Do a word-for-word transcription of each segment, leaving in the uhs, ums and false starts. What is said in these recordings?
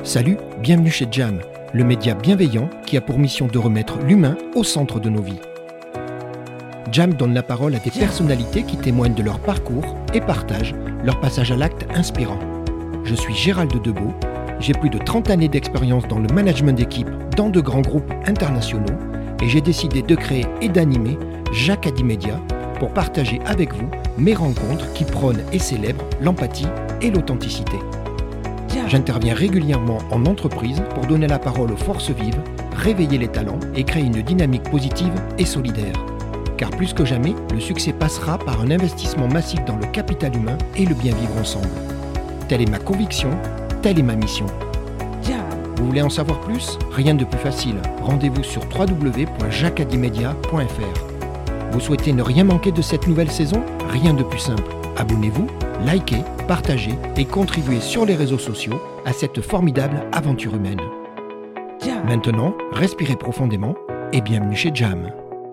Salut, bienvenue chez Jam, le média bienveillant qui a pour mission de remettre l'humain au centre de nos vies. Jam donne la parole à des personnalités qui témoignent de leur parcours et partagent leur passage à l'acte inspirant. Je suis Gérald Debeau, j'ai plus de trente années d'expérience dans le management d'équipe dans de grands groupes internationaux et j'ai décidé de créer et d'animer Jacadi Media pour partager avec vous mes rencontres qui prônent et célèbrent l'empathie et l'authenticité. J'interviens régulièrement en entreprise pour donner la parole aux forces vives, réveiller les talents et créer une dynamique positive et solidaire. Car plus que jamais, le succès passera par un investissement massif dans le capital humain et le bien vivre ensemble. Telle est ma conviction, telle est ma mission. Vous voulez en savoir plus ? Rien de plus facile. Rendez-vous sur w w w point jacadimedia point f r. Vous souhaitez ne rien manquer de cette nouvelle saison ? Rien de plus simple. Abonnez-vous, likez, partagez et contribuez sur les réseaux sociaux à cette formidable aventure humaine. Maintenant, respirez profondément et bienvenue chez Jam.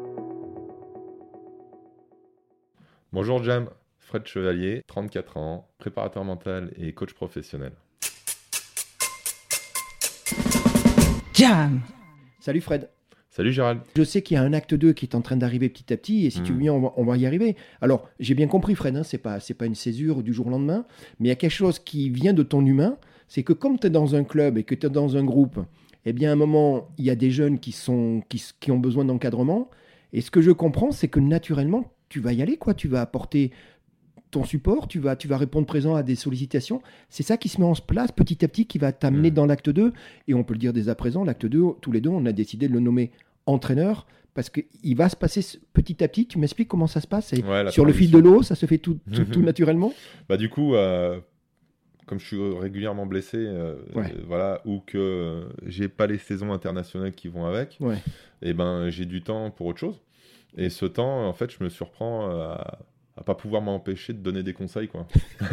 Bonjour Jam, Fred Chevalier, trente-quatre ans, préparateur mental et coach professionnel. Jam. Salut Fred. Salut Gérald. Je sais qu'il y a un acte deux qui est en train d'arriver petit à petit et si mmh. tu veux bien, on va, on va y arriver. Alors, j'ai bien compris Fred, hein, c'est pas, c'est pas une césure du jour au lendemain, mais il y a quelque chose qui vient de ton humain, c'est que comme tu es dans un club et que tu es dans un groupe, eh bien à un moment, il y a des jeunes qui, sont, qui, qui ont besoin d'encadrement et ce que je comprends, c'est que naturellement, tu vas y aller, quoi. Tu vas apporter ton support, tu vas, tu vas répondre présent à des sollicitations. C'est ça qui se met en place petit à petit, qui va t'amener mmh. dans l'acte deux. Et on peut le dire dès à présent, l'acte deux, tous les deux, on a décidé de le nommer entraîneur parce qu'il va se passer petit à petit. Tu m'expliques comment ça se passe et ouais, sur le fil de l'eau, ça se fait tout, tout, tout naturellement. Bah, du coup, euh, comme je suis régulièrement blessé, euh, ouais. euh, voilà, ou que euh, j'ai pas les saisons internationales qui vont avec, ouais. et ben, j'ai du temps pour autre chose. Et ce temps, en fait, je me surprends à... à pas pouvoir m'empêcher de donner des conseils, quoi.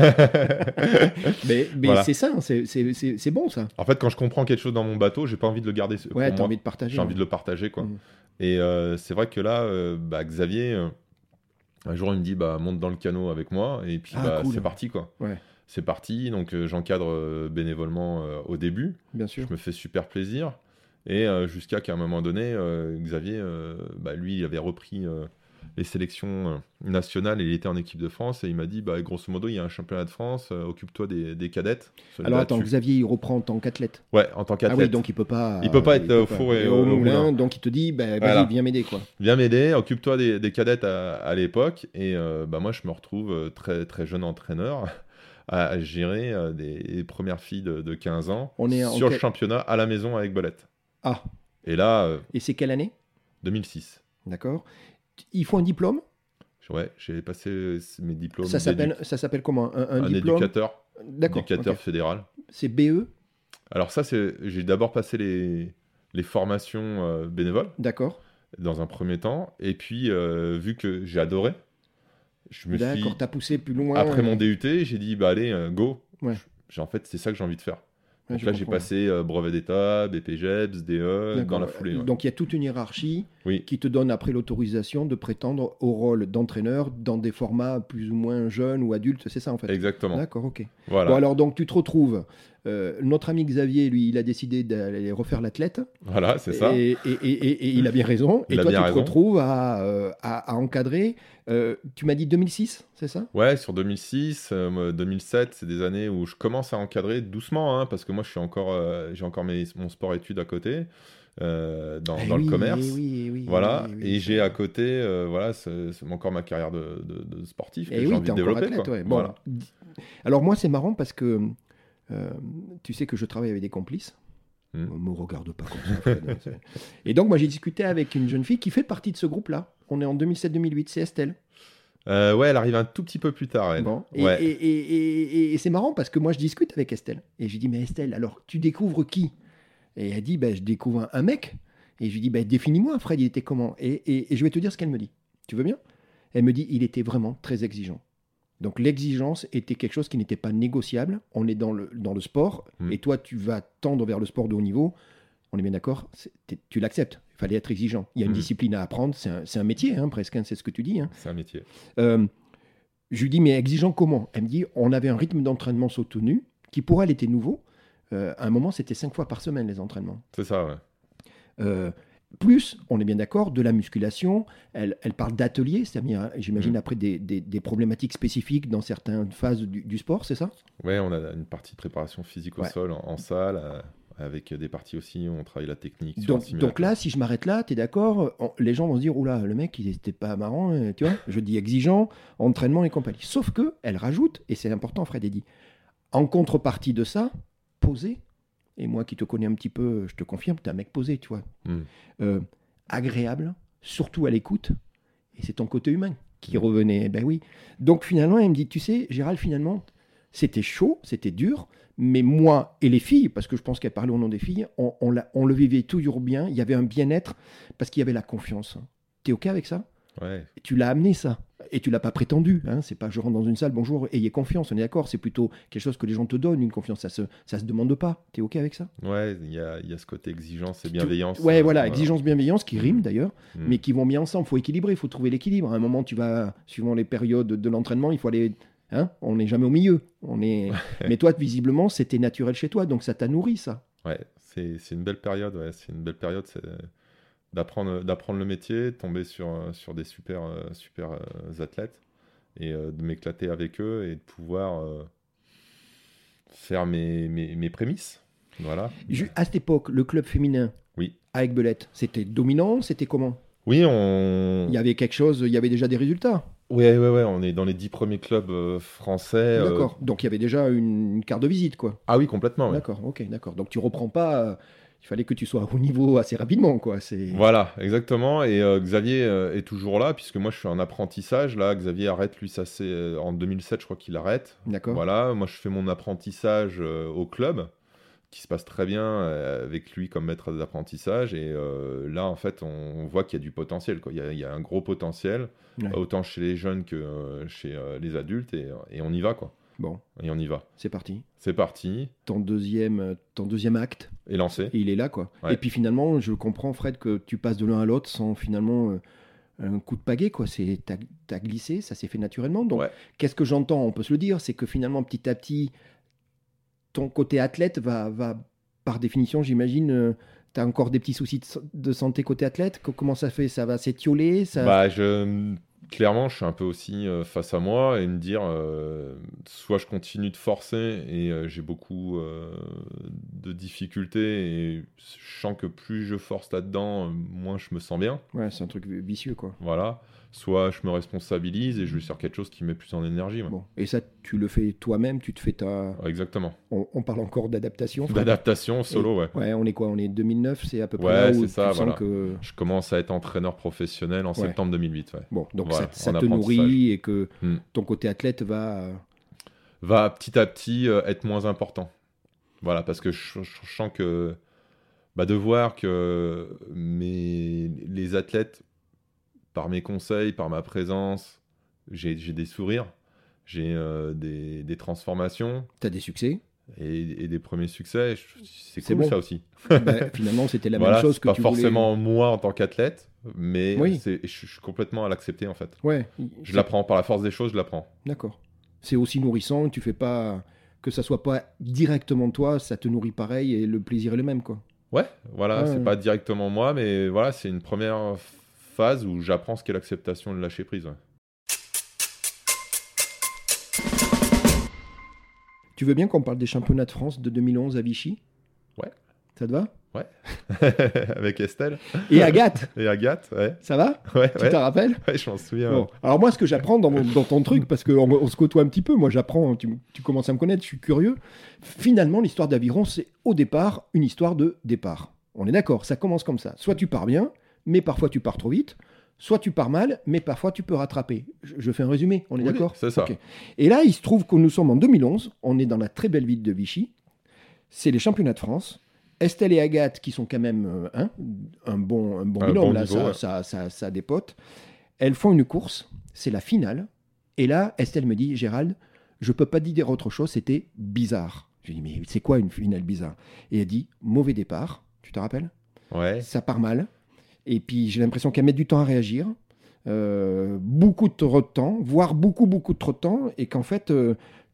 mais mais voilà. c'est ça, c'est, c'est, c'est, c'est bon, ça. En fait, quand je comprends quelque chose dans mon bateau, j'ai pas envie de le garder pour ouais, moi. t'as envie de partager. J'ai envie de le partager, quoi. Mmh. Et euh, c'est vrai que là, euh, bah, Xavier, euh, un jour, il me dit, bah, monte dans le canot avec moi, et puis ah, bah, cool. c'est parti, quoi. Ouais. C'est parti, donc euh, j'encadre euh, bénévolement euh, au début. Bien sûr. Je me fais super plaisir. Et euh, jusqu'à qu'à un moment donné, euh, Xavier, euh, bah, lui, il avait repris... Euh, les sélections nationales et il était en équipe de France et il m'a dit bah, grosso modo il y a un championnat de France, euh, occupe-toi des, des cadettes. Alors attends, Xavier il reprend en tant qu'athlète. Ouais, en tant qu'athlète. Ah oui, donc il peut pas il peut pas être au four et au moulin, moulin. Donc il te dit bah, vas-y voilà. viens m'aider quoi. Viens m'aider, occupe-toi des, des cadettes à, à l'époque et euh, bah, moi je me retrouve très, très jeune entraîneur à, à gérer euh, des, des premières filles de, de quinze ans On est sur le quel... championnat à la maison avec Bolette. Ah. Et là... Euh, et c'est quelle année ? deux mille six. D'accord. Il faut un diplôme ? Ouais, j'ai passé mes diplômes. Ça s'appelle, ça s'appelle comment ? Un, un, un diplôme éducateur. D'accord. Éducateur okay. fédéral. C'est B E ? Alors ça, c'est, j'ai d'abord passé les, les formations euh, bénévoles. D'accord. Dans un premier temps. Et puis, euh, vu que j'ai adoré, je me D'accord, suis... D'accord, t'as poussé plus loin. Après mon D U T, j'ai dit, bah allez, euh, go. Ouais. J'ai, en fait, c'est ça que j'ai envie de faire. Ouais, donc là, j'ai passé euh, brevet d'État, B P G E P S, D E, D'accord. dans la foulée. Ouais. Donc il y a toute une hiérarchie oui. qui te donne après l'autorisation de prétendre au rôle d'entraîneur dans des formats plus ou moins jeunes ou adultes, c'est ça en fait ? Exactement. D'accord, ok. Voilà. Bon alors donc tu te retrouves, euh, notre ami Xavier, lui, il a décidé d'aller refaire l'athlète. Voilà, c'est ça. Et, et, et, et, et il a bien raison. Il et toi tu raison. te retrouves à, euh, à, à encadrer. Euh, tu m'as dit deux mille six, c'est ça ? Ouais, sur deux mille six, euh, deux mille sept, c'est des années où je commence à encadrer doucement, hein, parce que moi, je suis encore, euh, j'ai encore mes, mon sport-études à côté, euh, dans, eh dans oui, le commerce. Eh oui, eh oui, voilà, eh oui, et oui, j'ai à côté, euh, voilà, c'est, c'est encore ma carrière de, de, de sportif que eh j'ai oui, envie de développer. Athlète, quoi. Ouais. Bon, voilà. Alors moi, c'est marrant parce que euh, tu sais que je travaille avec des complices. Hmm. Ne me regarde pas comme ça, Fred. Et donc, moi, j'ai discuté avec une jeune fille qui fait partie de ce groupe-là. On est en deux mille sept deux mille huit, c'est Estelle. Euh, ouais, elle arrive un tout petit peu plus tard. Elle. Bon. Et, ouais. et, et, et, et c'est marrant parce que moi, je discute avec Estelle. Et je lui dis, mais Estelle, alors, tu découvres qui ? Et elle dit, bah, je découvre un, un mec. Et je lui dis, bah, définis-moi, Fred, il était comment ? et, et, et je vais te dire ce qu'elle me dit. Tu veux bien ? Elle me dit, il était vraiment très exigeant. Donc, l'exigence était quelque chose qui n'était pas négociable. On est dans le, dans le sport. Mmh. Et toi, tu vas tendre vers le sport de haut niveau. On est bien d'accord ? Tu l'acceptes. Il fallait être exigeant. Il y a une mmh. discipline à apprendre. C'est un, c'est un métier, hein, presque. Hein, c'est ce que tu dis. Hein. C'est un métier. Euh, je lui dis, mais exigeant comment ? Elle me dit, on avait un rythme d'entraînement soutenu qui, pour elle, était nouveau. Euh, à un moment, c'était cinq fois par semaine, les entraînements. C'est ça, ouais. Euh, plus, on est bien d'accord, de la musculation. Elle, elle parle d'atelier, c'est-à-dire, j'imagine, mmh. après des, des, des problématiques spécifiques dans certaines phases du, du sport, c'est ça ? Oui, on a une partie de préparation physique au ouais. sol, en, en salle, euh, avec des parties aussi où on travaille la technique. Donc, sur donc là, si je m'arrête là, tu es d'accord, on, les gens vont se dire, oula, le mec, il n'était pas marrant, tu vois. Je dis exigeant, entraînement et compagnie. Sauf qu'elle rajoute, et c'est important, Fred a dit, en contrepartie de ça, poser. Et moi qui te connais un petit peu, je te confirme, tu es un mec posé, tu vois. Mm. Euh, agréable, surtout à l'écoute. Et c'est ton côté humain qui mm. revenait. Ben oui. Donc finalement, elle me dit, tu sais, Gérald, finalement, c'était chaud, c'était dur, mais moi et les filles, parce que je pense qu'elle parlait au nom des filles, on, on, l'a, on le vivait toujours bien. Il y avait un bien-être parce qu'il y avait la confiance. T'es OK avec ça ? Ouais. Et tu l'as amené, ça. Et tu l'as pas prétendu. Hein. C'est pas je rentre dans une salle, bonjour, ayez confiance, on est d'accord. C'est plutôt quelque chose que les gens te donnent, une confiance. Ça se, ça se demande pas. T'es OK avec ça ? Ouais, il y a, y a ce côté exigence et bienveillance. Tu... Ouais, voilà, exigence, bienveillance qui riment d'ailleurs, mmh. mais qui vont bien ensemble. Il faut équilibrer, il faut trouver l'équilibre. À un moment, tu vas, suivant les périodes de l'entraînement, il faut aller. Hein, on n'est jamais au milieu. On est... mais toi, visiblement, c'était naturel chez toi, donc ça t'a nourri, ça. Ouais, c'est, c'est une belle période. Ouais. C'est une belle période. C'est... D'apprendre, d'apprendre le métier, de tomber sur, sur des super, super athlètes et euh, de m'éclater avec eux et de pouvoir euh, faire mes, mes, mes prémices. Voilà. À cette époque, le club féminin oui. avec Belette, c'était dominant, c'était comment ? Oui, on... Il y avait quelque chose, il y avait déjà des résultats ? Oui, oui, oui, on est dans les dix premiers clubs euh, français. D'accord, euh... donc il y avait déjà une, une carte de visite, quoi. Ah oui, complètement. Ouais. D'accord, ok, d'accord. Donc tu reprends pas... Euh... Il fallait que tu sois au niveau assez rapidement, quoi. C'est... Voilà, exactement. Et euh, Xavier euh, est toujours là, puisque moi, je suis en apprentissage. Là, Xavier arrête, lui, ça c'est euh, en deux mille sept, je crois qu'il arrête. D'accord. Voilà, moi, je fais mon apprentissage euh, au club, qui se passe très bien euh, avec lui comme maître d'apprentissage. Et euh, là, en fait, on, on voit qu'il y a du potentiel, quoi. Il y a, il y a un gros potentiel, ouais. autant chez les jeunes que euh, chez euh, les adultes, et, et on y va, quoi. Bon. Et on y va. C'est parti. C'est parti. Ton deuxième, ton deuxième acte est lancé. Et il est là, quoi. Ouais. Et puis finalement, je comprends, Fred, que tu passes de l'un à l'autre sans finalement euh, un coup de pagaie, quoi. C'est, t'as, t'as glissé, ça s'est fait naturellement. Donc, ouais. qu'est-ce que j'entends ? On peut se le dire, c'est que finalement, petit à petit, ton côté athlète va, va par définition, j'imagine... Euh, t'as encore des petits soucis de santé côté athlète ? Comment ça fait ? Ça va s'étioler ça... Bah, je... Clairement, je suis un peu aussi euh, face à moi et me dire euh, soit je continue de forcer et euh, j'ai beaucoup euh, de difficultés et je sens que plus je force là-dedans, euh, moins je me sens bien. Ouais, c'est un truc vicieux, quoi. Voilà. Soit je me responsabilise et je vais sur quelque chose qui met plus en énergie. Ouais. Bon. Et ça, tu le fais toi-même, tu te fais ta... Exactement. On, on parle encore d'adaptation. D'adaptation solo, et, ouais. Ouais, on est quoi ? On est deux mille neuf, c'est à peu près ouais, là où c'est ça, tu voilà. sens que... Je commence à être entraîneur professionnel en ouais. septembre deux mille huit. Ouais. Bon, donc voilà, ça, ça te nourrit et que hmm. ton côté athlète va... Va petit à petit euh, être moins important. Voilà, parce que je, je sens que... Bah, de voir que mes... les athlètes... Par mes conseils, par ma présence, j'ai, j'ai des sourires, j'ai euh, des, des transformations. Tu as des succès. Et, et des premiers succès. C'est, c'est cool, bon. Ça aussi. Ben, finalement, c'était la voilà, même chose que pas tu forcément voulais... moi en tant qu'athlète, mais oui. c'est, je, je suis complètement à l'accepter, en fait. Ouais. Je c'est... l'apprends par la force des choses, je l'apprends. D'accord. C'est aussi nourrissant, tu fais pas... Que ça soit pas directement toi, ça te nourrit pareil et le plaisir est le même, quoi. Ouais, voilà, ouais, c'est ouais. pas directement moi, mais voilà, c'est une première... phase où j'apprends ce qu'est l'acceptation et le lâcher prise. Ouais. Tu veux bien qu'on parle des championnats de France de deux mille onze à Vichy ? Ouais. Ça te va ? Ouais. Avec Estelle. Et Agathe. Et Agathe, ouais. Ça va ? Ouais. Tu ouais. te rappelles ? Ouais, je m'en souviens. Bon. Alors moi, ce que j'apprends dans, mon, dans ton truc, parce qu'on on se côtoie un petit peu, moi j'apprends, tu, tu commences à me connaître, je suis curieux. Finalement, l'histoire d'Aviron, c'est au départ une histoire de départ. On est d'accord, ça commence comme ça. Soit tu pars bien, mais parfois tu pars trop vite, soit tu pars mal, mais parfois tu peux rattraper. Je, je fais un résumé, on est oui, d'accord ? C'est ça. Okay. Et là, il se trouve que nous sommes en deux mille onze, on est dans la très belle ville de Vichy, c'est les championnats de France, Estelle et Agathe, qui sont quand même hein, un bon, un bon un binôme, bon là, niveau, ça, ouais. ça, ça, ça a des potes, elles font une course, c'est la finale, et là, Estelle me dit, Gérald, je peux pas dire autre chose, c'était bizarre. Je lui dis, mais c'est quoi une finale bizarre ? Et elle dit, mauvais départ, tu te rappelles ? Ouais. Ça part mal. Et puis, j'ai l'impression qu'elle met du temps à réagir. Euh, beaucoup de trop de temps, voire beaucoup, beaucoup de trop de temps. Et qu'en fait, euh,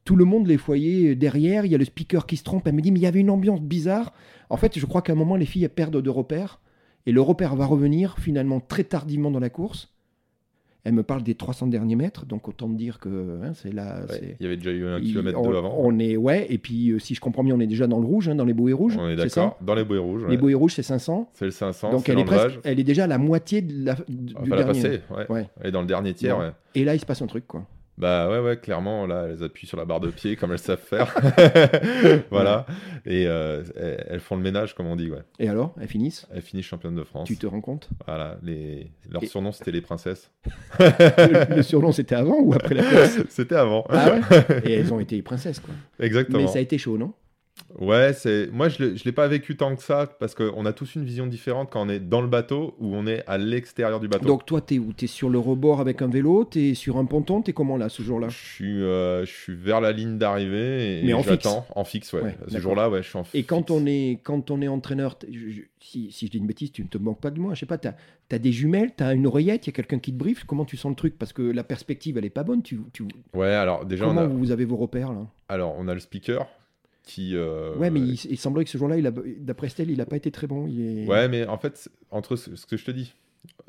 tout le monde, les foyers derrière, il y a le speaker qui se trompe. Elle me dit, mais il y avait une ambiance bizarre. En fait, je crois qu'à un moment, les filles elles perdent de repères. Et le repère va revenir finalement très tardivement dans la course. Elle me parle des trois cents derniers mètres, donc autant dire que hein, c'est là. Ouais, c'est... Il y avait déjà eu un kilomètre deux avant. On est, ouais, et puis euh, si je comprends bien, on est déjà dans le rouge, hein, dans les bouées rouges. On est c'est d'accord, ça dans les bouées rouges. Ouais. Les bouées rouges, c'est cinq cents. C'est le cinq cents, donc c'est elle est, l'embrayage. presque, elle est déjà à la moitié de la, du Enfin, dernier. la passer, ouais. ouais. Elle est dans le dernier tiers, ouais. ouais. Et là, il se passe un truc, quoi. Bah ouais, ouais, clairement, là, elles appuient sur la barre de pied comme elles savent faire. Voilà. Ouais. Et euh, elles font le ménage, comme on dit, ouais. Et alors, elles finissent Elles finissent championnes de France. Tu te rends compte? Voilà. Les... Leur Et... surnom, c'était les princesses. le, le surnom, c'était avant ou après la course? C'était avant. Ah ouais. Et elles ont été princesses, quoi. Exactement. Mais ça a été chaud, non? Ouais, c'est... moi je ne l'ai pas vécu tant que ça, parce qu'on a tous une vision différente quand on est dans le bateau ou on est à l'extérieur du bateau. Donc toi, t'es où? T'es sur le rebord avec un vélo? T'es sur un ponton? T'es comment là, ce jour-là? Je suis, euh, je suis vers la ligne d'arrivée et, Mais et en j'attends. fixe. En fixe, ouais. ouais ce d'accord. jour-là, ouais, je suis en fixe. Et quand on est, quand on est entraîneur, je, je, si, si je dis une bêtise, tu ne te manques pas de moi, je sais pas, t'as as des jumelles, t'as une oreillette, il y a quelqu'un qui te briefe, comment tu sens le truc? Parce que la perspective, elle est pas bonne. Tu, tu... Ouais, alors déjà... Comment on a... vous avez vos repères là? Alors, on a le speaker. Qui, euh... Ouais, mais il, il semblerait que ce jour-là, il a, d'après Estelle, il n'a pas été très bon. Il est... Ouais, mais en fait, entre ce, ce que je te dis,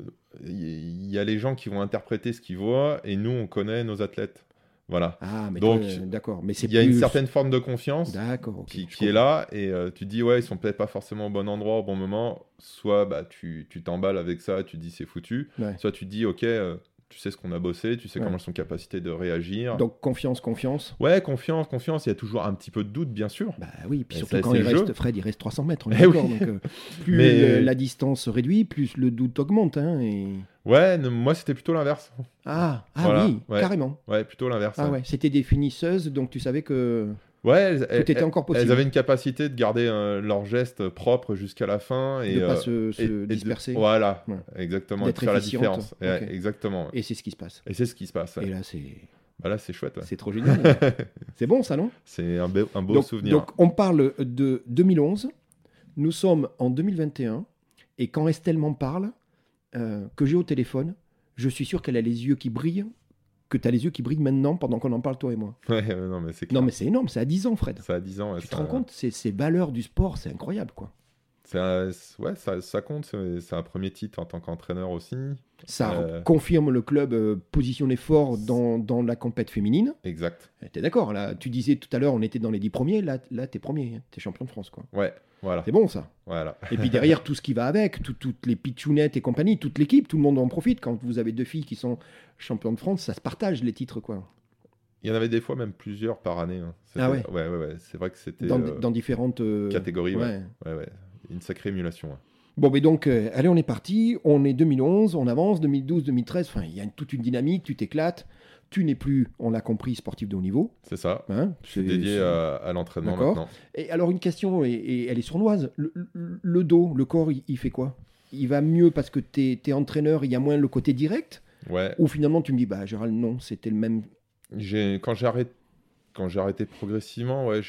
il y a les gens qui vont interpréter ce qu'ils voient et nous, on connaît nos athlètes. Voilà. Ah, mais donc, toi, d'accord. Mais c'est il y a plus... une certaine forme de confiance okay, qui, qui est là et euh, tu te dis, ouais, ils sont peut-être pas forcément au bon endroit au bon moment. Soit bah, tu t'emballes avec ça, tu te dis c'est foutu. Ouais. Soit tu te dis, ok. Euh, tu sais ce qu'on a bossé, tu sais ouais. comment elles sont capacité de réagir. Donc confiance, confiance. Ouais, confiance, confiance. Il y a toujours un petit peu de doute, bien sûr. Bah oui, puis surtout ça, quand il reste, Fred, il reste trois cents mètres. On est eh d'accord. oui. Donc, euh, plus Mais... le, la distance se réduit, plus le doute augmente. Hein, et... Ouais, ne, moi c'était plutôt l'inverse. Ah, ah voilà. oui, ouais. carrément. Ouais, plutôt l'inverse. Ah ouais, c'était des finisseuses, donc tu savais que. Ouais, elles, tout elles, était encore possible. Elles avaient une capacité de garder euh, leur geste propre jusqu'à la fin et de pas euh, se, se et, disperser. Et de, voilà, ouais. exactement, et de faire la différence. Okay. Ouais, exactement. Ouais. Et c'est ce qui se passe. Et c'est ce qui se passe. Ouais. Et là, c'est. Bah là, c'est chouette. Ouais. C'est trop génial. C'est bon, ça, non? C'est un, be un beau donc, souvenir. Donc, on parle de deux mille onze. Nous sommes en deux mille vingt et un. Et quand Estelle m'en parle, euh, que j'ai au téléphone, je suis sûr qu'elle a les yeux qui brillent. Que tu as les yeux qui brillent maintenant pendant qu'on en parle, toi et moi. Ouais, euh, non, mais c'est clair. Non, mais c'est énorme, c'est à dix ans, Fred. C'est à dix ans. Ouais, tu ça... te rends compte, c'est ces valeurs du sport, c'est incroyable, quoi. Un... Ouais, ça, ça compte, c'est un premier titre en tant qu'entraîneur aussi. Ça euh... confirme le club euh, positionné fort dans, dans la compète féminine. Exact. T'es d'accord, là, tu disais tout à l'heure, on était dans les dix premiers, là, là t'es premier, t'es champion de France, quoi. Ouais. Voilà. C'est bon, ça. Voilà. Et puis derrière, tout ce qui va avec, tout, toutes les pitchounettes et compagnie, toute l'équipe, tout le monde en profite. Quand vous avez deux filles qui sont champions de France, ça se partage les titres, quoi. Il y en avait des fois même plusieurs par année. Hein. Ah ouais. Ouais, ouais, ouais. C'est vrai que c'était dans, euh, dans différentes euh... catégories. Ouais. Ouais. Ouais, ouais. Une sacrée émulation. Ouais. Bon, mais donc, euh, allez, on est parti. On est deux mille onze, on avance, deux mille douze, deux mille treize. Enfin, il y a une, toute une dynamique, tu t'éclates. Tu n'es plus, on l'a compris, sportif de haut niveau. C'est ça. Hein, je suis dédié à, à l'entraînement maintenant. Et alors, une question, et, et elle est sournoise. Le, le, le dos, le corps, il, il fait quoi? Il va mieux parce que tu es entraîneur, il y a moins le côté direct? Ouais. Ou finalement, tu me dis, bah, Gérald, non, c'était le même. Quand j'ai arrêté, quand j'ai arrêté progressivement, ouais,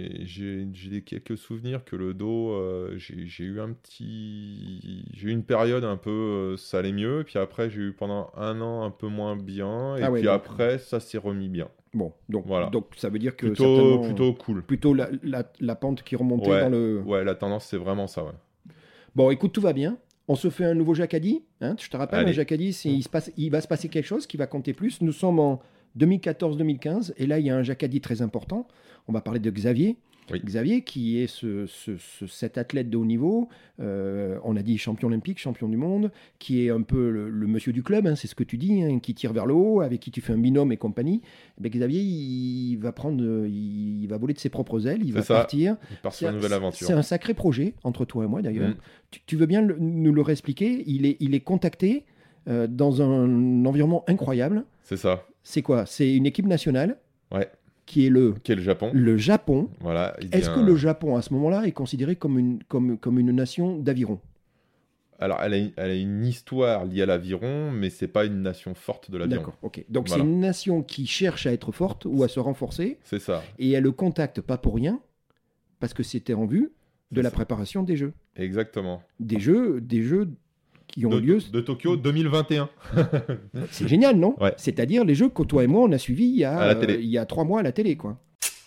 j'ai quelques souvenirs que le dos, euh, j'ai eu un petit, j'ai eu une période un peu, euh, ça allait mieux, puis après j'ai eu pendant un an un peu moins bien, et ah ouais, puis donc... après ça s'est remis bien. Bon, donc, voilà. donc ça veut dire que plutôt, plutôt cool. Plutôt la, la, la pente qui remontait ouais, dans le. Ouais, la tendance c'est vraiment ça, ouais. Bon, écoute, tout va bien. On se fait un nouveau Jacadi, hein, je te rappelle, Allez. un Jacadi, il, se passe, il va se passer quelque chose qui va compter plus. Nous sommes en deux mille quatorze deux mille quinze, et là, il y a un Jacadi très important. On va parler de Xavier. Oui. Xavier, qui est ce, ce, ce, cet athlète de haut niveau, euh, on a dit champion olympique, champion du monde, qui est un peu le, le monsieur du club, hein, c'est ce que tu dis, hein, qui tire vers le haut, avec qui tu fais un binôme et compagnie. Et bien, Xavier, il va prendre, il va voler de ses propres ailes, il va ça. partir. Il part sur une nouvelle aventure. C'est un sacré projet, entre toi et moi d'ailleurs. Mmh. Tu, tu veux bien le, nous le réexpliquer? Il est, il est contacté euh, dans un environnement incroyable. C'est ça. C'est quoi? C'est une équipe nationale. Ouais. Qui est le, qui est le Japon. Le Japon. Voilà, Est-ce que le Japon, à ce moment-là, est considéré comme une, comme, comme une nation d'aviron? Alors, elle a, une, elle a une histoire liée à l'aviron, mais c'est pas une nation forte de l'aviron. D'accord, ok. Donc, voilà. C'est une nation qui cherche à être forte ou à se renforcer. C'est ça. Et elle le contacte pas pour rien, parce que c'était en vue de la ça. préparation des Jeux. Exactement. Des Jeux, des Jeux qui ont de, lieu... De Tokyo deux mille vingt et un. C'est génial, non? Ouais. C'est-à-dire les jeux que toi et moi, on a suivis il y a, à la télé. Euh, il y a trois mois à la télé, quoi.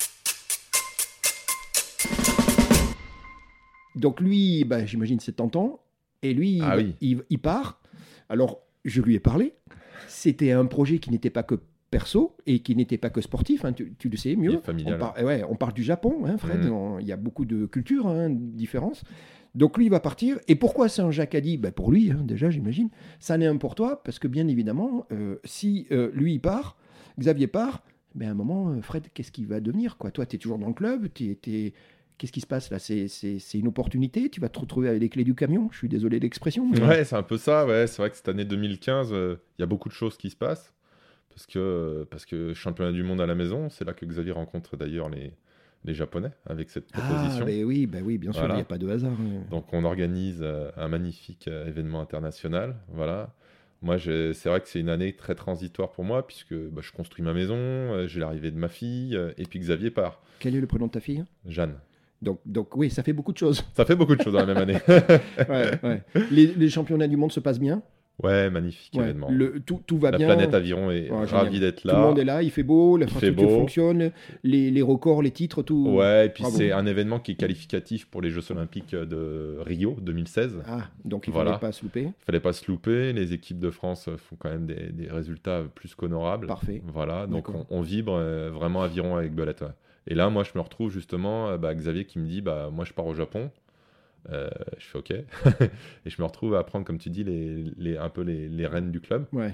Donc lui, bah, j'imagine c'est tentant. Et lui, ah, il, oui. il, il part. Alors, je lui ai parlé. C'était un projet qui n'était pas que perso et qui n'était pas que sportif. Hein, tu, tu le sais mieux. Familial. On, par, ouais, on part du Japon, hein, Fred. Mmh. On, il y a beaucoup de cultures, hein, de différences. Donc lui, il va partir. Et pourquoi Saint-Jacques a dit, bah, pour lui, hein, déjà, j'imagine, ça n'est un pour toi, parce que bien évidemment, euh, si euh, lui, il part, Xavier part, ben, à un moment, Fred, qu'est-ce qu'il va devenir, quoi? Toi, tu es toujours dans le club, tu es... Qu'est-ce qui se passe là? c'est, c'est, c'est une opportunité? Tu vas te retrouver avec les clés du camion? Je suis désolé de l'expression. Mais... Ouais, c'est un peu ça. Ouais. C'est vrai que cette année deux mille quinze, il euh, y a beaucoup de choses qui se passent. Parce que, parce que championnat du monde à la maison, c'est là que Xavier rencontre d'ailleurs les, les Japonais avec cette proposition. Ah, bah oui, bah oui, bien sûr, il n'y a pas de hasard. Ouais. Donc on organise euh, un magnifique euh, événement international. Voilà. Moi, j'ai... c'est vrai que c'est une année très transitoire pour moi, puisque bah, je construis ma maison, euh, j'ai l'arrivée de ma fille, euh, et puis Xavier part. Quel est le prénom de ta fille? Jeanne. Donc, donc oui, ça fait beaucoup de choses. Ça fait beaucoup de choses dans la même année. ouais, ouais. Les, les championnats du monde se passent bien? Ouais, magnifique ouais, événement. Le, tout, tout va la bien. La planète Aviron est ouais, ravie d'être là. Tout le monde est là, il fait beau, l'infrastructure fonctionne, les, les records, les titres, tout. Ouais, et puis Bravo. C'est un événement qui est qualificatif pour les Jeux Olympiques de Rio deux mille seize. Ah, donc il ne voilà. fallait pas se louper. Il ne fallait pas se louper. Les équipes de France font quand même des, des résultats plus qu'honorables. Parfait. Voilà, donc on, on vibre vraiment Aviron avec Belette. Ouais. Et là, moi, je me retrouve justement, bah, Xavier qui me dit, bah, moi, je pars au Japon. Euh, je fais OK. Et je me retrouve à prendre, comme tu dis, les, les, un peu les, les rênes du club. Ouais.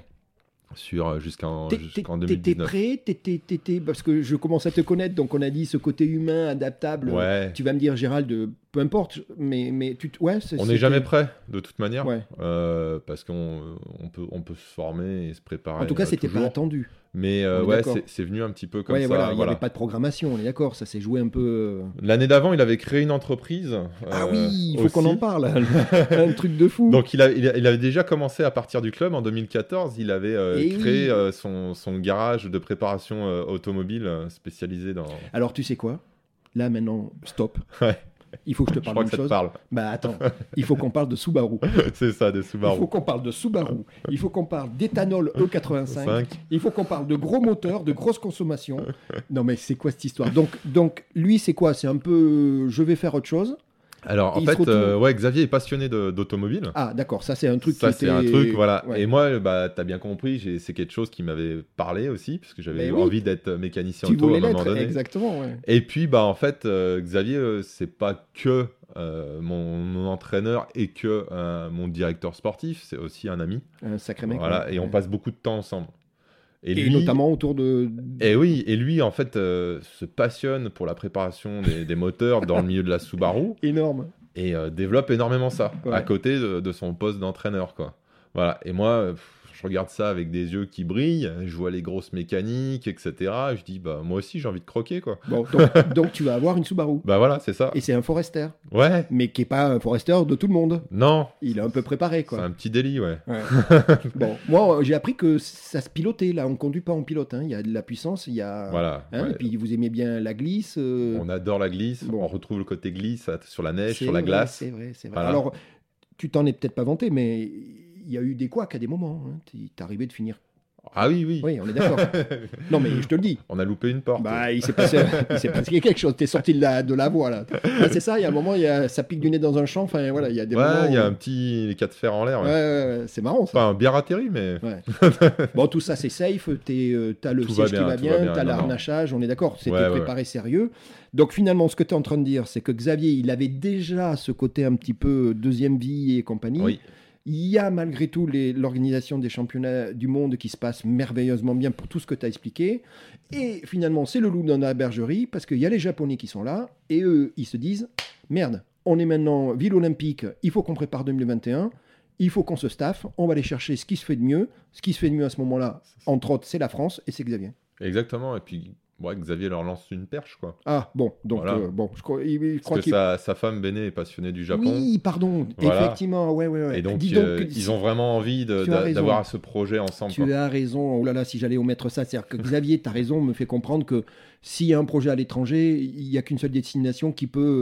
Sur, jusqu'en, t'es, jusqu'en t'es, deux mille dix-neuf. T'étais prêt t'étais, t'étais, parce que je commence à te connaître, donc on a dit ce côté humain, adaptable. Ouais. Tu vas me dire, Gérald, peu importe, mais, mais tu, ouais, c'est, on n'est jamais prêt, de toute manière. Ouais. Euh, parce qu'on on peut, on peut se former et se préparer. En tout cas, euh, c'était toujours. pas attendu. Mais euh, ouais, c'est, c'est venu un petit peu comme ouais, ça. Voilà, il n'y voilà. avait pas de programmation, on est d'accord, ça s'est joué un peu. L'année d'avant, il avait créé une entreprise. Ah euh, oui, il faut aussi. qu'on en parle. Un truc de fou. Donc, il, a, il, a, il avait déjà commencé à partir du club en deux mille quatorze. Il avait euh, créé oui. euh, son, son garage de préparation euh, automobile euh, spécialisé dans. Alors, tu sais quoi? Là, maintenant, stop. Ouais. Il faut que je te parle d'une chose. Parle. Bah attends, il faut qu'on parle de Subaru. C'est ça, de Subaru. Il faut qu'on parle de Subaru. Il faut qu'on parle d'éthanol E quatre-vingt-cinq. Cinq. Il faut qu'on parle de gros moteurs, de grosses consommations. Non mais c'est quoi cette histoire? Donc, donc lui, c'est quoi? C'est un peu, je vais faire autre chose. Alors en fait, retrouve... euh, ouais, Xavier est passionné de, d'automobile. Ah d'accord, ça c'est un truc. Ça qui c'est était... un truc, voilà. Ouais. Et moi, bah t'as bien compris, j'ai... c'est quelque chose qui m'avait parlé aussi, parce que j'avais Mais eu oui. envie d'être mécanicien tu auto à un moment l'être, donné. Exactement. Ouais. Et puis bah en fait, euh, Xavier, euh, c'est pas que euh, mon, mon entraîneur et que euh, mon directeur sportif, c'est aussi un ami. Un sacré mec. Voilà. Ouais. Et on passe beaucoup de temps ensemble. Et, et lui, notamment autour de... Et oui, et lui, en fait, euh, se passionne pour la préparation des, des moteurs dans le milieu de la Subaru. Énorme. Et euh, développe énormément ça, ouais. à côté de, de son poste d'entraîneur, quoi. Voilà. Et moi, pff, je regarde ça avec des yeux qui brillent, je vois les grosses mécaniques, et cetera. Je dis, bah, moi aussi, j'ai envie de croquer, quoi. Bon, donc, donc tu vas avoir une Subaru. Bah voilà, c'est ça. Et c'est un Forester. Ouais. Mais qui n'est pas un Forester de tout le monde. Non. Il est un peu préparé, quoi. C'est un petit délit, ouais. ouais. Bon, moi, j'ai appris que ça se pilotait, là. On ne conduit pas en pilote, hein. Il y a de la puissance, il y a... Voilà. Hein, ouais. Et puis, vous aimez bien la glisse. Euh... On adore la glisse. Bon. On retrouve le côté glisse sur la neige, c'est sur la vrai, glace. C'est vrai, c'est vrai. Voilà. Alors, tu t'en es peut-être pas vanté, mais il y a eu des couacs à des moments. Hein. T'es arrivé de finir. Ah oui, oui. Oui, on est d'accord. Non, mais je te le dis. On a loupé une porte. Bah, il s'est passé, il s'est passé quelque chose. T'es sorti de la, de la voie, là. Ah, c'est ça, il y a un moment, il y a, ça pique du nez dans un champ. Enfin, voilà, il y a des ouais, moments. il y a où... un petit cas de fer en l'air. Ouais, ouais, ouais, c'est marrant, ça. Enfin, bien atterri, mais. Ouais. Bon, tout ça, c'est safe. T'es, euh, t'as le tout siège va bien, qui va bien, va bien t'as non, l'arnachage, on est d'accord. C'était ouais, préparé ouais. sérieux. Donc, finalement, ce que tu es en train de dire, c'est que Xavier, il avait déjà ce côté un petit peu deuxième vie et compagnie. Oui. Il y a malgré tout les, l'organisation des championnats du monde qui se passe merveilleusement bien pour tout ce que tu as expliqué. Et finalement, c'est le loup dans la bergerie parce qu'il y a les Japonais qui sont là et eux, ils se disent « Merde, on est maintenant ville olympique, il faut qu'on prépare deux mille vingt et un, il faut qu'on se staffe, on va aller chercher ce qui se fait de mieux. Ce qui se fait de mieux à ce moment-là, entre autres, c'est la France et c'est Xavier. » Exactement, et puis... Ouais, Xavier leur lance une perche, quoi. Ah, bon, donc, voilà. euh, bon, je crois, il, je Parce crois que qu'il... sa, sa femme, Béné, est passionnée du Japon. Oui, pardon, voilà. effectivement, ouais, ouais, ouais. Et donc, Dis donc euh, que, ils si... ont vraiment envie de, d'a, d'avoir ce projet ensemble. Tu quoi. as raison, oh là là, si j'allais omettre ça, c'est-à-dire que Xavier, tu as raison, me fait comprendre que s'il y a un projet à l'étranger, il n'y a qu'une seule destination qui peut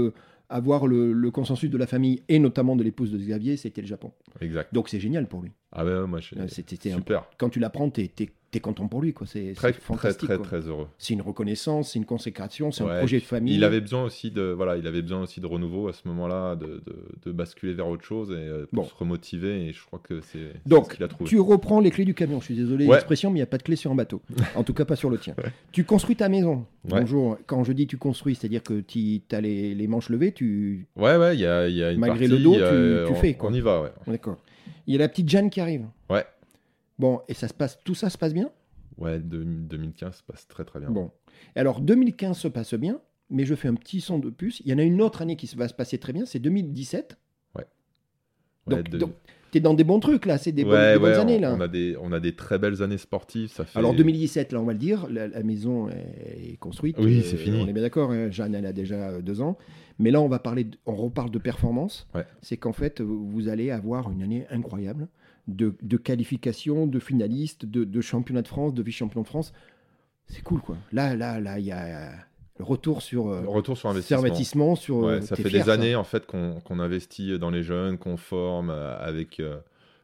avoir le, le consensus de la famille et notamment de l'épouse de Xavier, c'était le Japon. Exact. Donc c'est génial pour lui. Ah ouais, moi je c'était super. Un... Quand tu l'apprends, t'es, t'es, t'es content pour lui, quoi. C'est, très, c'est fantastique. Très, quoi. très, très heureux. C'est une reconnaissance, c'est une consécration, c'est ouais, un projet de famille. Il avait besoin aussi de, voilà, il avait besoin aussi de renouveau à ce moment-là, de, de, de basculer vers autre chose et euh, pour bon. se remotiver. Et je crois que c'est, c'est Donc, ce qu'il a trouvé. Tu reprends les clés du camion. Je suis désolé de ouais. l'expression, mais il n'y a pas de clé sur un bateau. En tout cas, pas sur le tien. Ouais. Tu construis ta maison. Ouais. Bonjour. Quand je dis tu construis, c'est-à-dire que tu as les, les manches levées, tu. Ouais, ouais, il y a, y a une Malgré partie, le dos, tu, euh, tu on, fais. Quoi. On y va, ouais. D'accord. Il y a la petite Jeanne qui arrive. Ouais. Bon, et ça se passe, tout ça se passe bien ? Ouais, deux mille quinze se passe très très bien. Bon. Alors, deux mille quinze se passe bien, mais je fais un petit son de puce. Il y en a une autre année qui va se passer très bien, c'est deux mille dix-sept. Ouais. Donc, ouais de... donc tu es dans des bons trucs, là. C'est des, ouais, bonnes, des ouais, bonnes on, années, là. On a, des, on a des très belles années sportives. Ça fait... Alors, deux mille dix-sept, là, on va le dire, la, la maison est construite. Oui, euh, c'est fini. On est bien d'accord, hein, Jeanne, elle a déjà deux ans. Mais là, on va parler, de, on reparle de performance. Ouais. C'est qu'en fait, vous allez avoir une année incroyable. De, de qualification, de finaliste, de, de championnat de France, de vice-champion de France. C'est cool, quoi. Là, là, là, il y a le retour sur, euh, le retour sur investissement. Sur investissement sur, ouais, ça fait fier, des années ça. en fait qu'on, qu'on investit dans les jeunes, qu'on forme euh, avec euh,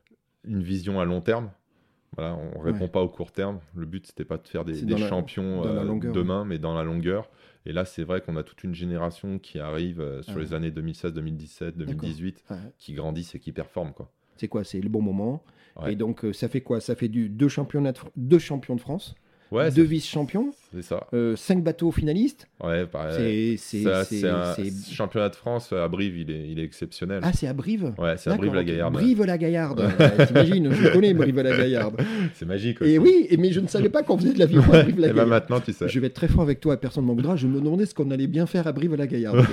une vision à long terme. Voilà, on ne répond ouais. pas au court terme. Le but, c'était pas de faire des, des champions la, euh, longueur, demain, ouais. mais dans la longueur. Et là, c'est vrai qu'on a toute une génération qui arrive euh, sur ah, les ouais. années deux mille seize, deux mille dix-sept, deux mille dix-huit, ouais. qui grandissent et qui performent, quoi. C'est quoi? C'est le bon moment. Ouais. Et donc, euh, ça fait quoi? Ça fait du, deux, championnats de, deux champions de France, ouais, deux vice-champions, c'est ça. Euh, cinq bateaux finalistes. Ouais, pareil. C'est, ça, c'est, c'est un c'est... championnat de France à Brive, il est, il est exceptionnel. Ah, c'est à Brive? Ouais, c'est à Brive-la-Gaillarde. Brive-la-Gaillarde. euh, t'imagines, je connais Brive-la-Gaillarde. C'est magique aussi. Et oui, et, mais je ne savais pas qu'on faisait de l'aviron à Brive-la-Gaillarde. Et ben maintenant, tu sais. Je vais être très franc avec toi, personne ne m'en voudra. Je me demandais ce qu'on allait bien faire à Brive-la-Gaillarde.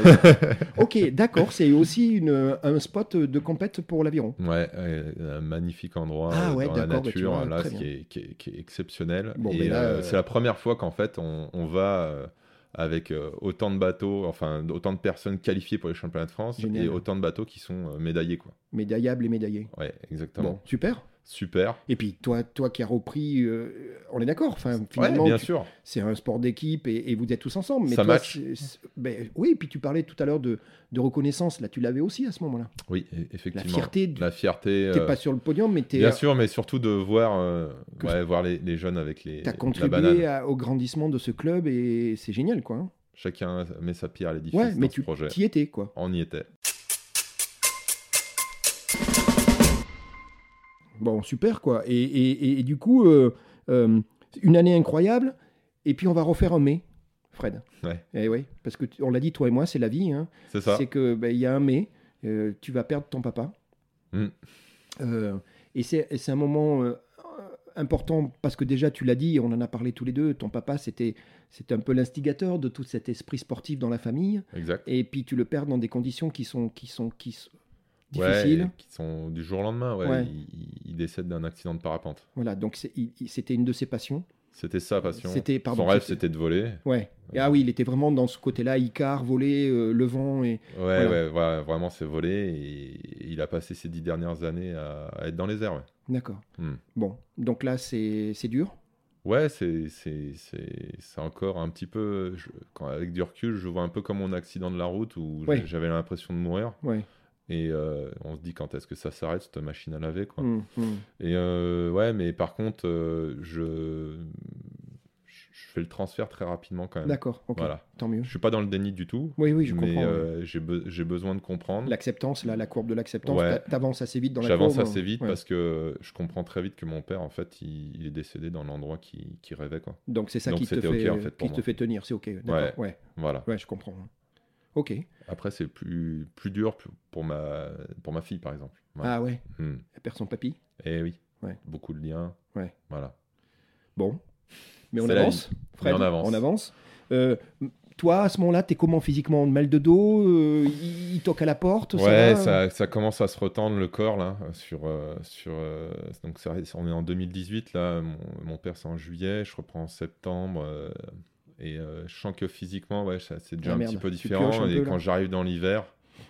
Ok, d'accord, c'est aussi une, un spot de compète pour l'aviron. Ouais, un magnifique endroit ah, ouais, dans la nature, bah, vois, là, qui est, qui, est, qui est exceptionnel. Bon, et là, euh, c'est la première fois qu'en fait, on, on va... Euh, avec euh, autant de bateaux, enfin autant de personnes qualifiées pour les championnats de France. Génial. Et autant de bateaux qui sont euh, médaillés, quoi. Médaillables et médaillés. Ouais, exactement. Bon, super. Super. Et puis toi, toi qui as repris, euh, on est d'accord. Enfin, finalement, ouais, bien tu, sûr. C'est un sport d'équipe et, et vous êtes tous ensemble. Mais ça toi, match. C'est, c'est, ben, oui, puis tu parlais tout à l'heure de, de reconnaissance. Là, tu l'avais aussi à ce moment-là. Oui, effectivement. La fierté. Du... La fierté. T'es euh... pas sur le podium, mais t'es. Bien sûr, mais surtout de voir, euh, ouais, voir les, les jeunes avec les. T'as contribué à, au grandissement de ce club et c'est génial, quoi. Hein. Chacun met sa pierre à l'édifice ouais, dans mais ce tu projet. y étais, quoi. On y était. Bon, super, quoi. Et, et, et, et du coup, euh, euh, une année incroyable. Et puis, on va refaire un mai, Fred. Ouais. Et oui, parce que on l'a dit, toi et moi, c'est la vie. Hein. C'est ça. C'est que ben, y a un mai, euh, tu vas perdre ton papa. Mm. Euh, et, c'est, et c'est un moment euh, important parce que déjà, tu l'as dit, on en a parlé tous les deux. Ton papa, c'était, c'était un peu l'instigateur de tout cet esprit sportif dans la famille. Exact. Et puis, tu le perds dans des conditions qui sont, qui sont, qui sont difficiles. Ouais, qui sont du jour au lendemain. Ouais. Ouais. Il, il décède d'un accident de parapente. Voilà, donc c'est, il, c'était une de ses passions. C'était sa passion. C'était, pardon, Son rêve, c'était... c'était de voler. Ouais. Et ah oui, il était vraiment dans ce côté-là, Icare, voler, euh, le vent. Et... Ouais, voilà. ouais, ouais, vraiment, c'est voler. Et il a passé ces dix dernières années à, à être dans les airs. Ouais. D'accord. Hmm. Bon, donc là, c'est, c'est dur. Ouais, c'est, c'est, c'est, c'est encore un petit peu... Je, quand, avec du recul, je vois un peu comme mon accident de la route où ouais. j'avais l'impression de mourir. Ouais. Et euh, on se dit quand est-ce que ça s'arrête, cette machine à laver, quoi. Mmh, mmh. Et euh, ouais, mais par contre, euh, je... je fais le transfert très rapidement quand même. D'accord, ok, voilà. Tant mieux. Je suis pas dans le déni du tout. Oui, oui, je mais, comprends. Euh, j'ai, be- j'ai besoin de comprendre. L'acceptance, là, la courbe de l'acceptance, ouais. t'avances assez vite dans la J'avance courbe. assez vite ouais. parce que je comprends très vite que mon père, en fait, il, il est décédé dans l'endroit qu'il, qu'il rêvait, quoi. Donc c'est ça Donc, qui, te fait, okay, en fait, qui te fait tenir, c'est ok. D'accord. Ouais, ouais. Voilà. Ouais, je comprends. Ok. Après, c'est plus, plus dur pour ma, pour ma fille, par exemple. Ouais. Ah ouais hmm. Elle perd son papy. Eh oui. Ouais. Beaucoup de liens. Ouais. Voilà. Bon. Mais on c'est avance, Fred. Mais on avance. On avance. Euh, toi, à ce moment-là, t'es comment physiquement? Mal de dos euh, il, il toque à la porte? Ouais, ça, ça, ça commence à se retendre le corps, là. Sur, euh, sur, euh, donc, ça, on est en deux mille dix-huit, là. Mon, mon père, c'est en juillet. Je reprends en septembre. Euh, Et euh, je sens que physiquement, ouais, ça, c'est déjà ah, un merde. petit peu différent. Et peu, quand j'arrive dans l'hiver,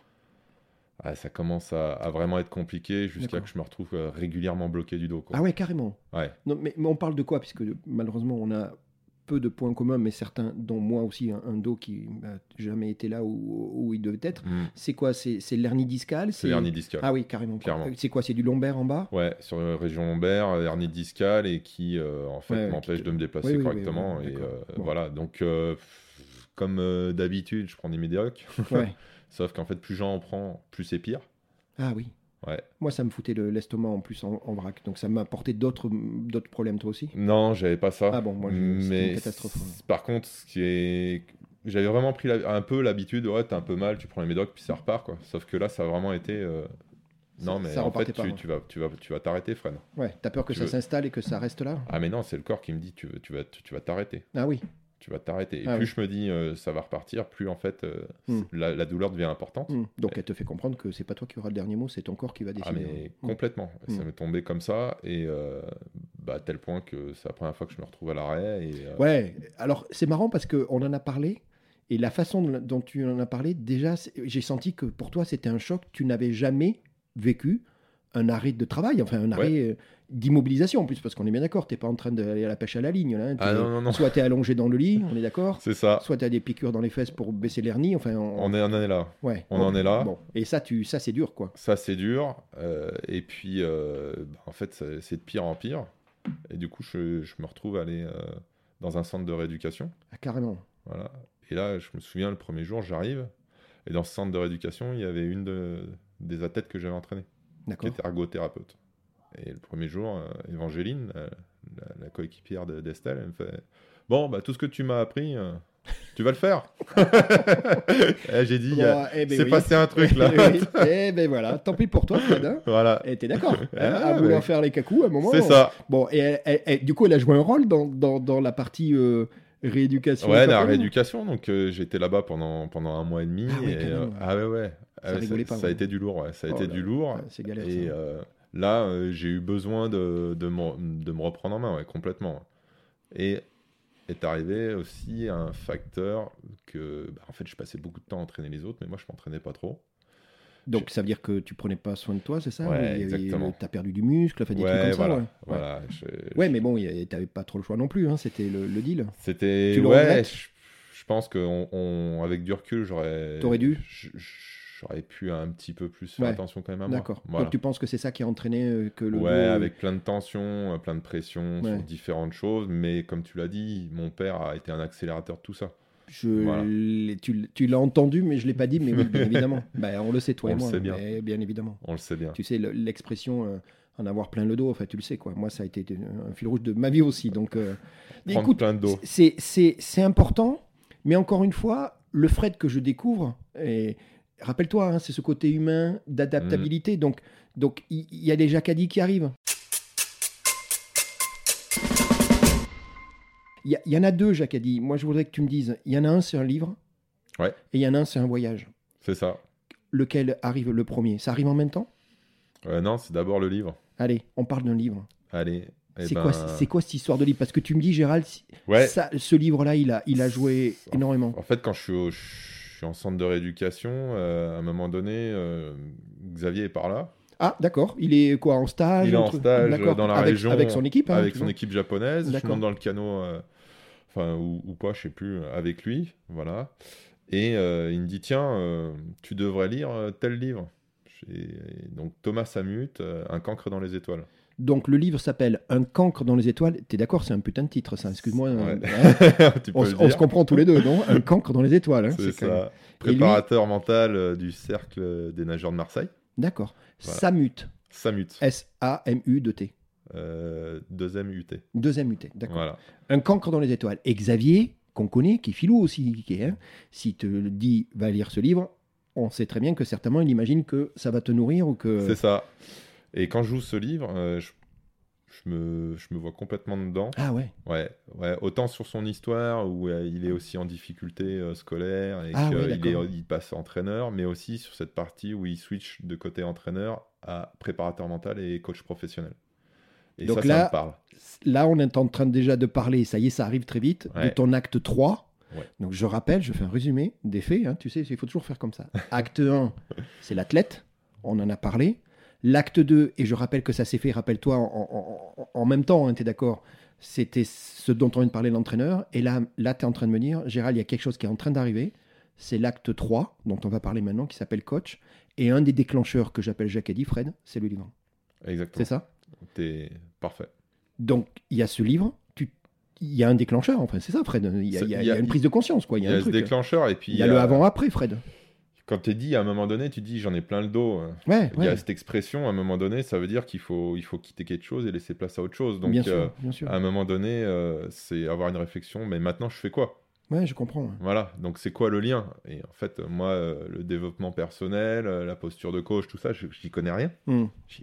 ah, ça commence à, à vraiment être compliqué jusqu'à D'accord. que je me retrouve euh, régulièrement bloqué du dos, quoi. Ah ouais, carrément. Ouais. Non, mais, mais on parle de quoi? Puisque malheureusement, on a peu de points communs, mais certains, dont moi aussi, un, un dos qui n'a jamais été là où, où il devait être. Mm. C'est quoi? C'est, c'est l'hernie discale? C'est, c'est l'hernie discale. Ah oui, carrément. Clairement. C'est quoi? C'est du lombaire en bas? Ouais, sur la région lombaire, hernie discale, et qui, euh, en fait, ouais, m'empêche te... de me déplacer oui, correctement. Oui, oui, oui, et euh, bon. Voilà, donc, euh, comme euh, d'habitude, je prends des médocs. Ouais. Sauf qu'en fait, plus j'en prends, plus c'est pire. Ah oui. Ouais. Moi, ça me foutait le, l'estomac en plus en, en vrac. Donc, ça m'a apporté d'autres, d'autres problèmes, toi aussi? Non, j'avais pas ça. Ah bon, moi, je, mais c'était une catastrophe. Par contre, ce qui est... j'avais vraiment pris la... un peu l'habitude, ouais, t'as un peu mal, tu prends les médocs, puis ça repart, quoi. Sauf que là, ça a vraiment été... Euh... Non, mais ça en fait, pas, tu, ouais. tu, vas, tu, vas, tu vas t'arrêter, Fred. Ouais, t'as peur que tu ça veux... s'installe et que ça reste là? Ah, mais non, c'est le corps qui me dit, tu, veux, tu, vas, tu, tu vas t'arrêter. Ah oui. Tu vas t'arrêter. Et ah plus oui. je me dis euh, ça va repartir, plus en fait euh, mm. la, la douleur devient importante. Mm. Donc et... elle te fait comprendre que c'est pas toi qui aura le dernier mot, c'est ton corps qui va décider. Ah mais mm. complètement. Mm. Ça m'est tombé comme ça et euh, bah, à tel point que c'est la première fois que je me retrouve à l'arrêt. Et, euh... Ouais. Alors c'est marrant parce que on en a parlé et la façon dont tu en as parlé, déjà j'ai senti que pour toi c'était un choc. Tu n'avais jamais vécu un arrêt de travail, enfin un arrêt ouais. euh, d'immobilisation en plus, parce qu'on est bien d'accord, t'es pas en train d'aller à la pêche à la ligne. Là, hein, ah non, non, non. Soit t'es allongé dans le lit, on est d'accord. C'est ça. Soit t'as des piqûres dans les fesses pour baisser l'hernie. Enfin, on... On, est, on en est là. Ouais. On bon, en est là. Bon. Et ça, tu, ça c'est dur, quoi. Ça, c'est dur. Euh, et puis, euh, bah, en fait, c'est, c'est de pire en pire. Et du coup, je, je me retrouve à aller euh, dans un centre de rééducation. Ah, carrément. Voilà. Et là, je me souviens, le premier jour, j'arrive. Et dans ce centre de rééducation, il y avait une de, des athlètes que j'avais entraînée. D'accord. Qui était ergothérapeute. Et le premier jour, euh, Évangéline, la, la, la coéquipière de, d'Estelle, elle me fait « Bon, bah, tout ce que tu m'as appris, euh, tu vas le faire !» Et j'ai dit bon, « eh ben C'est oui. passé un truc, là. » oui. Eh ben voilà, tant pis pour toi, Fred. Hein. Voilà. Et t'es d'accord hein, ah, à mais... vouloir faire les cacous à un moment. C'est ça. Bon, et elle, elle, elle, du coup, elle a joué un rôle dans, dans, dans la partie... Euh... rééducation. Ouais, la rééducation. Donc, euh, j'étais là-bas pendant, pendant un mois et demi. Ah, et, oui, euh, ah ouais, ouais. Ça, ah, ouais, ça, pas, ça a ouais. été du lourd. Ouais. Ça a oh, été là, du lourd. Ouais, c'est galère. Et euh, là, euh, j'ai eu besoin de, de, me, de me reprendre en main, ouais, complètement. Et est arrivé aussi un facteur que, bah, en fait, je passais beaucoup de temps à entraîner les autres, mais moi, je m'entraînais pas trop. Donc, je... ça veut dire que tu prenais pas soin de toi, c'est ça? Ouais, exactement. Tu as perdu du muscle, enfin, des ouais, trucs comme voilà, ça. Ouais, voilà. ouais. Je, ouais je... mais bon, tu n'avais pas trop le choix non plus, hein, c'était le, le deal. C'était... Tu le ouais, regrettes? je, je pense qu'avec on... du recul, j'aurais... T'aurais dû je, J'aurais pu un petit peu plus faire ouais. attention quand même à moi. D'accord. Voilà. Donc tu penses que c'est ça qui a entraîné euh, que le... Ouais, dos... avec plein de tensions, plein de pression ouais. sur différentes choses. Mais comme tu l'as dit, mon père a été un accélérateur de tout ça. Je voilà. tu, tu l'as entendu, mais je ne l'ai pas dit, mais oui, bien évidemment. Bah, on le sait, toi on et moi. Le sait bien. Mais bien évidemment. On le sait bien. Tu sais, le, l'expression euh, en avoir plein le dos, enfin, tu le sais, quoi. Moi, ça a été un fil rouge de ma vie aussi. Donc, euh, Prendre écoute, plein de dos. C'est, c'est, c'est important, mais encore une fois, le Fred que je découvre, et rappelle-toi, hein, c'est ce côté humain d'adaptabilité. Mmh. Donc, donc, il y, y a des Jacadi qui arrivent. Il y, y en a deux, Jacadi. Moi, je voudrais que tu me dises, il y en a un, c'est un livre. Ouais. Et il y en a un, c'est un voyage. C'est ça. Lequel arrive le premier? Ça arrive en même temps? euh, Non, c'est d'abord le livre. Allez, on parle d'un livre. Allez. Eh c'est, ben... quoi, c'est quoi cette histoire de livre? Parce que tu me dis, Gérald, ouais. ça, ce livre-là, il a, il a joué en, énormément. En fait, quand je suis, au, je suis en centre de rééducation, euh, à un moment donné, euh, Xavier est par là. Ah, d'accord. Il est quoi, en stage? Il est en stage d'accord. dans la avec, région. Avec son équipe hein, Avec son équipe japonaise. D'accord. Je monte dans le canot, euh, enfin, ou, ou pas, je sais plus, avec lui. Voilà. Et euh, il me dit, tiens, euh, tu devrais lire euh, tel livre. Et donc, Thomas Samut, euh, Un cancre dans les étoiles. Donc, le livre s'appelle Un cancre dans les étoiles. T'es d'accord, c'est un putain de titre, ça. Excuse-moi. Ouais. Hein on, on se comprend tous les deux, non? Un cancre dans les étoiles. Hein, c'est, c'est ça. Même... Préparateur lui... mental euh, du cercle des nageurs de Marseille. D'accord. Voilà. Samut. Samut. S A M U deux T. Euh, deux M U T. deux M U T, d'accord. Voilà. Un cancre dans les étoiles. Et Xavier, qu'on connaît, qui est filou aussi, qui est, hein, si te dit va lire ce livre, on sait très bien que certainement il imagine que ça va te nourrir ou que... C'est ça. Et quand je joue ce livre, euh, je, je, me, je me vois complètement dedans. Ah ouais. Ouais, ouais. Autant sur son histoire, où euh, il est aussi en difficulté euh, scolaire et ah qu'il ouais, il passe entraîneur, mais aussi sur cette partie où il switch de côté entraîneur à préparateur mental et coach professionnel. Et donc ça, là, ça me parle. Là, on est en train déjà de parler, ça y est, ça arrive très vite, ouais. de ton acte trois. Ouais. Donc je rappelle, je fais un résumé des faits, hein, tu sais, il faut toujours faire comme ça. Acte un, c'est l'athlète, on en a parlé. L'acte deux, et je rappelle que ça s'est fait, rappelle-toi, en, en, en même temps, hein, tu es d'accord, C'était ce dont on vient de parler l'entraîneur. Et là, là tu es en train de me dire, Gérald, il y a quelque chose qui est en train d'arriver. C'est l'acte trois, dont on va parler maintenant, qui s'appelle coach. Et un des déclencheurs que j'appelle Jacques Eddy, Fred, c'est le livre. Exactement. C'est ça ? T'es parfait. Donc, il y a ce livre. Tu... Il y a un déclencheur, enfin, c'est ça, Fred. Il y a, il y a, il y a une prise de conscience, quoi. Il y a, il y a un ce truc. déclencheur, et puis... Il y a, il y a le avant-après, Fred. Quand tu es dit, à un moment donné, tu dis, j'en ai plein le dos. Ouais, il y ouais. a cette expression, à un moment donné, ça veut dire qu'il faut, il faut quitter quelque chose et laisser place à autre chose. Donc, bien sûr, euh, bien sûr. à un moment donné, euh, c'est avoir une réflexion, mais maintenant, je fais quoi ? Ouais, je comprends. Ouais. Voilà, donc c'est quoi le lien ? Et en fait, moi, euh, le développement personnel, euh, la posture de coach, tout ça, je n'y connais rien. Mm.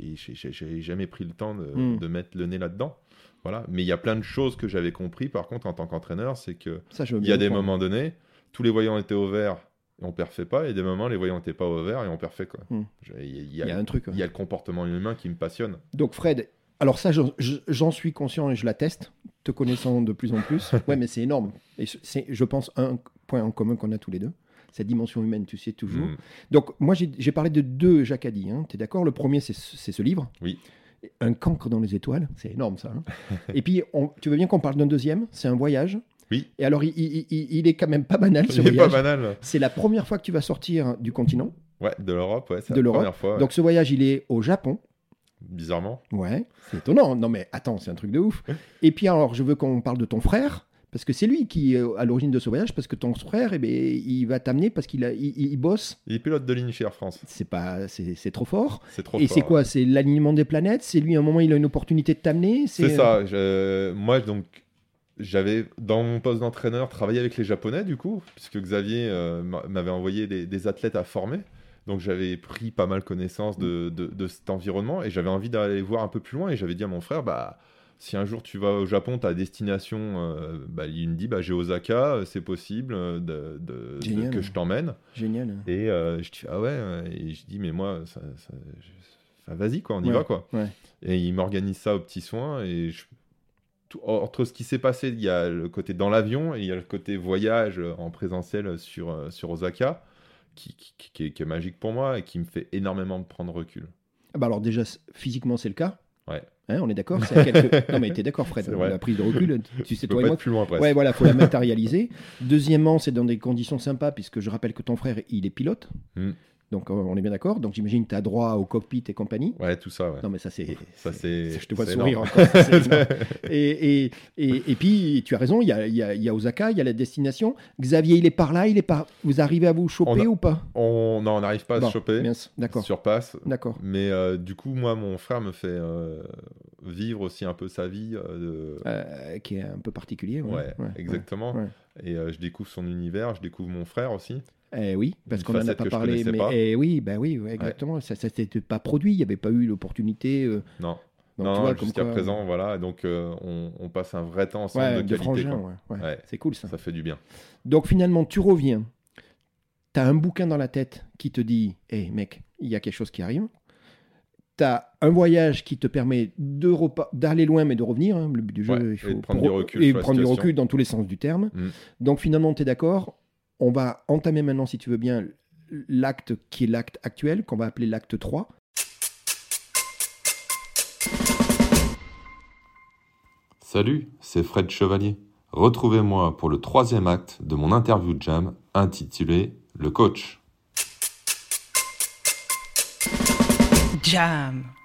J'ai jamais pris le temps de, mm. de mettre le nez là-dedans. Voilà. Mais il y a plein de choses que j'avais compris, par contre, en tant qu'entraîneur, c'est qu'il y a des prendre. moments donnés, tous les voyants étaient au vert, et on ne perfait pas, et des moments, les voyants n'étaient pas au vert, et on perfait. Il mm. y, y, y a un truc. Il ouais. y a le comportement humain qui me passionne. Donc Fred, alors ça, j'en suis conscient et je l'atteste, te connaissant de plus en plus. Ouais, mais c'est énorme. Et c'est, je pense, un point en commun qu'on a tous les deux. Cette dimension humaine, tu sais, toujours. Mm. Donc, moi, j'ai parlé de deux Jacques Eddy. Hein. Tu es d'accord ? Le premier, c'est ce livre. Oui. Un cancre dans les étoiles. C'est énorme, ça. Hein. Et puis, on, tu veux bien qu'on parle d'un deuxième ? C'est un voyage. Oui. Et alors, il, il, il, il est quand même pas banal, ce il voyage. Il est pas banal. C'est la première fois que tu vas sortir du continent. Ouais, de l'Europe, ouais. C'est de la première fois. Ouais. Donc, ce voyage, il est au Japon. Bizarrement. Ouais, c'est étonnant. Non, mais attends, c'est un truc de ouf. Et puis, alors, je veux qu'on parle de ton frère. Parce que c'est lui qui est à l'origine de ce voyage, parce que ton frère, eh bien, il va t'amener parce qu'il a, il, il bosse. Il est pilote de ligne chez Air France. C'est pas, c'est, c'est trop fort. C'est trop Et fort. c'est quoi ? Ouais. C'est l'alignement des planètes ? C'est lui, à un moment, il a une opportunité de t'amener ? C'est, c'est ça. Je, moi, donc, j'avais, dans mon poste d'entraîneur, travaillé avec les Japonais, du coup, puisque Xavier euh, m'avait envoyé des, des athlètes à former. Donc, j'avais pris pas mal connaissance de, de, de cet environnement et j'avais envie d'aller voir un peu plus loin. Et j'avais dit à mon frère, bah... si un jour tu vas au Japon, ta destination, euh, bah, il me dit bah, j'ai Osaka, c'est possible de, de, de, que je t'emmène. Génial. Et euh, je dis ah ouais, et je dis mais moi, ça, ça, ça, vas-y quoi, on y ouais, va quoi. Ouais. Et il m'organise ça aux petits soins. Et je, tout, entre ce qui s'est passé, il y a le côté dans l'avion et il y a le côté voyage en présentiel sur, sur Osaka qui, qui, qui, est, qui est magique pour moi et qui me fait énormément prendre recul. Ah bah alors déjà, physiquement, c'est le cas. Ouais. Hein, on est d'accord, c'est à quelques... Non mais t'es d'accord Fred, la prise de recul, tu sais toi et moi. Plus loin, presque. Ouais voilà, faut la matérialiser. Deuxièmement, c'est dans des conditions sympas puisque je rappelle que ton frère, il est pilote. Mm. Donc on est bien d'accord. Donc j'imagine que tu as droit au cockpit et compagnie. Ouais, tout ça. Ouais. Non mais ça c'est. Ça c'est. Ça, je te vois c'est sourire encore. Ça, c'est et, et, et, et puis tu as raison. Il y a, il y a, il y a Osaka, il y a la destination. Xavier, il est par là, il est par. Vous arrivez à vous choper a... ou pas? on... Non, on n'arrive pas à bon, se choper. Mince, d'accord. Sur place. D'accord. Mais euh, du coup, moi, mon frère me fait euh, vivre aussi un peu sa vie, euh, de... euh, qui est un peu particulier. Ouais, ouais, ouais exactement. Ouais. Et euh, je découvre son univers, je découvre mon frère aussi. Eh oui, parce qu'on n'en a pas parlé, mais pas. Eh oui, bah oui, ouais, exactement. Ouais. Ça, ça s'était pas produit, il n'y avait pas eu l'opportunité. Euh... Non. Donc, non, tu vois, jusqu'à quoi... présent, voilà. Donc, euh, on, on passe un vrai temps ensemble ouais, de, de qualité. Frangin, quoi. Ouais, ouais. Ouais. C'est cool ça. Ça fait du bien. Donc finalement, tu reviens. Tu as un bouquin dans la tête qui te dit hé hey, mec, il y a quelque chose qui arrive. Tu as un voyage qui te permet de repa- d'aller loin, mais de revenir. Hein. Le but du jeu, ouais, il faut et de prendre pour... du recul. Et prendre du recul dans tous les sens du terme. Mm. Donc finalement, tu es d'accord. On va entamer maintenant, si tu veux bien, l'acte qui est l'acte actuel, qu'on va appeler l'acte trois. Salut, c'est Fred Chevalier. Retrouvez-moi pour le troisième acte de mon interview de Jam intitulé « Le coach ». Jam.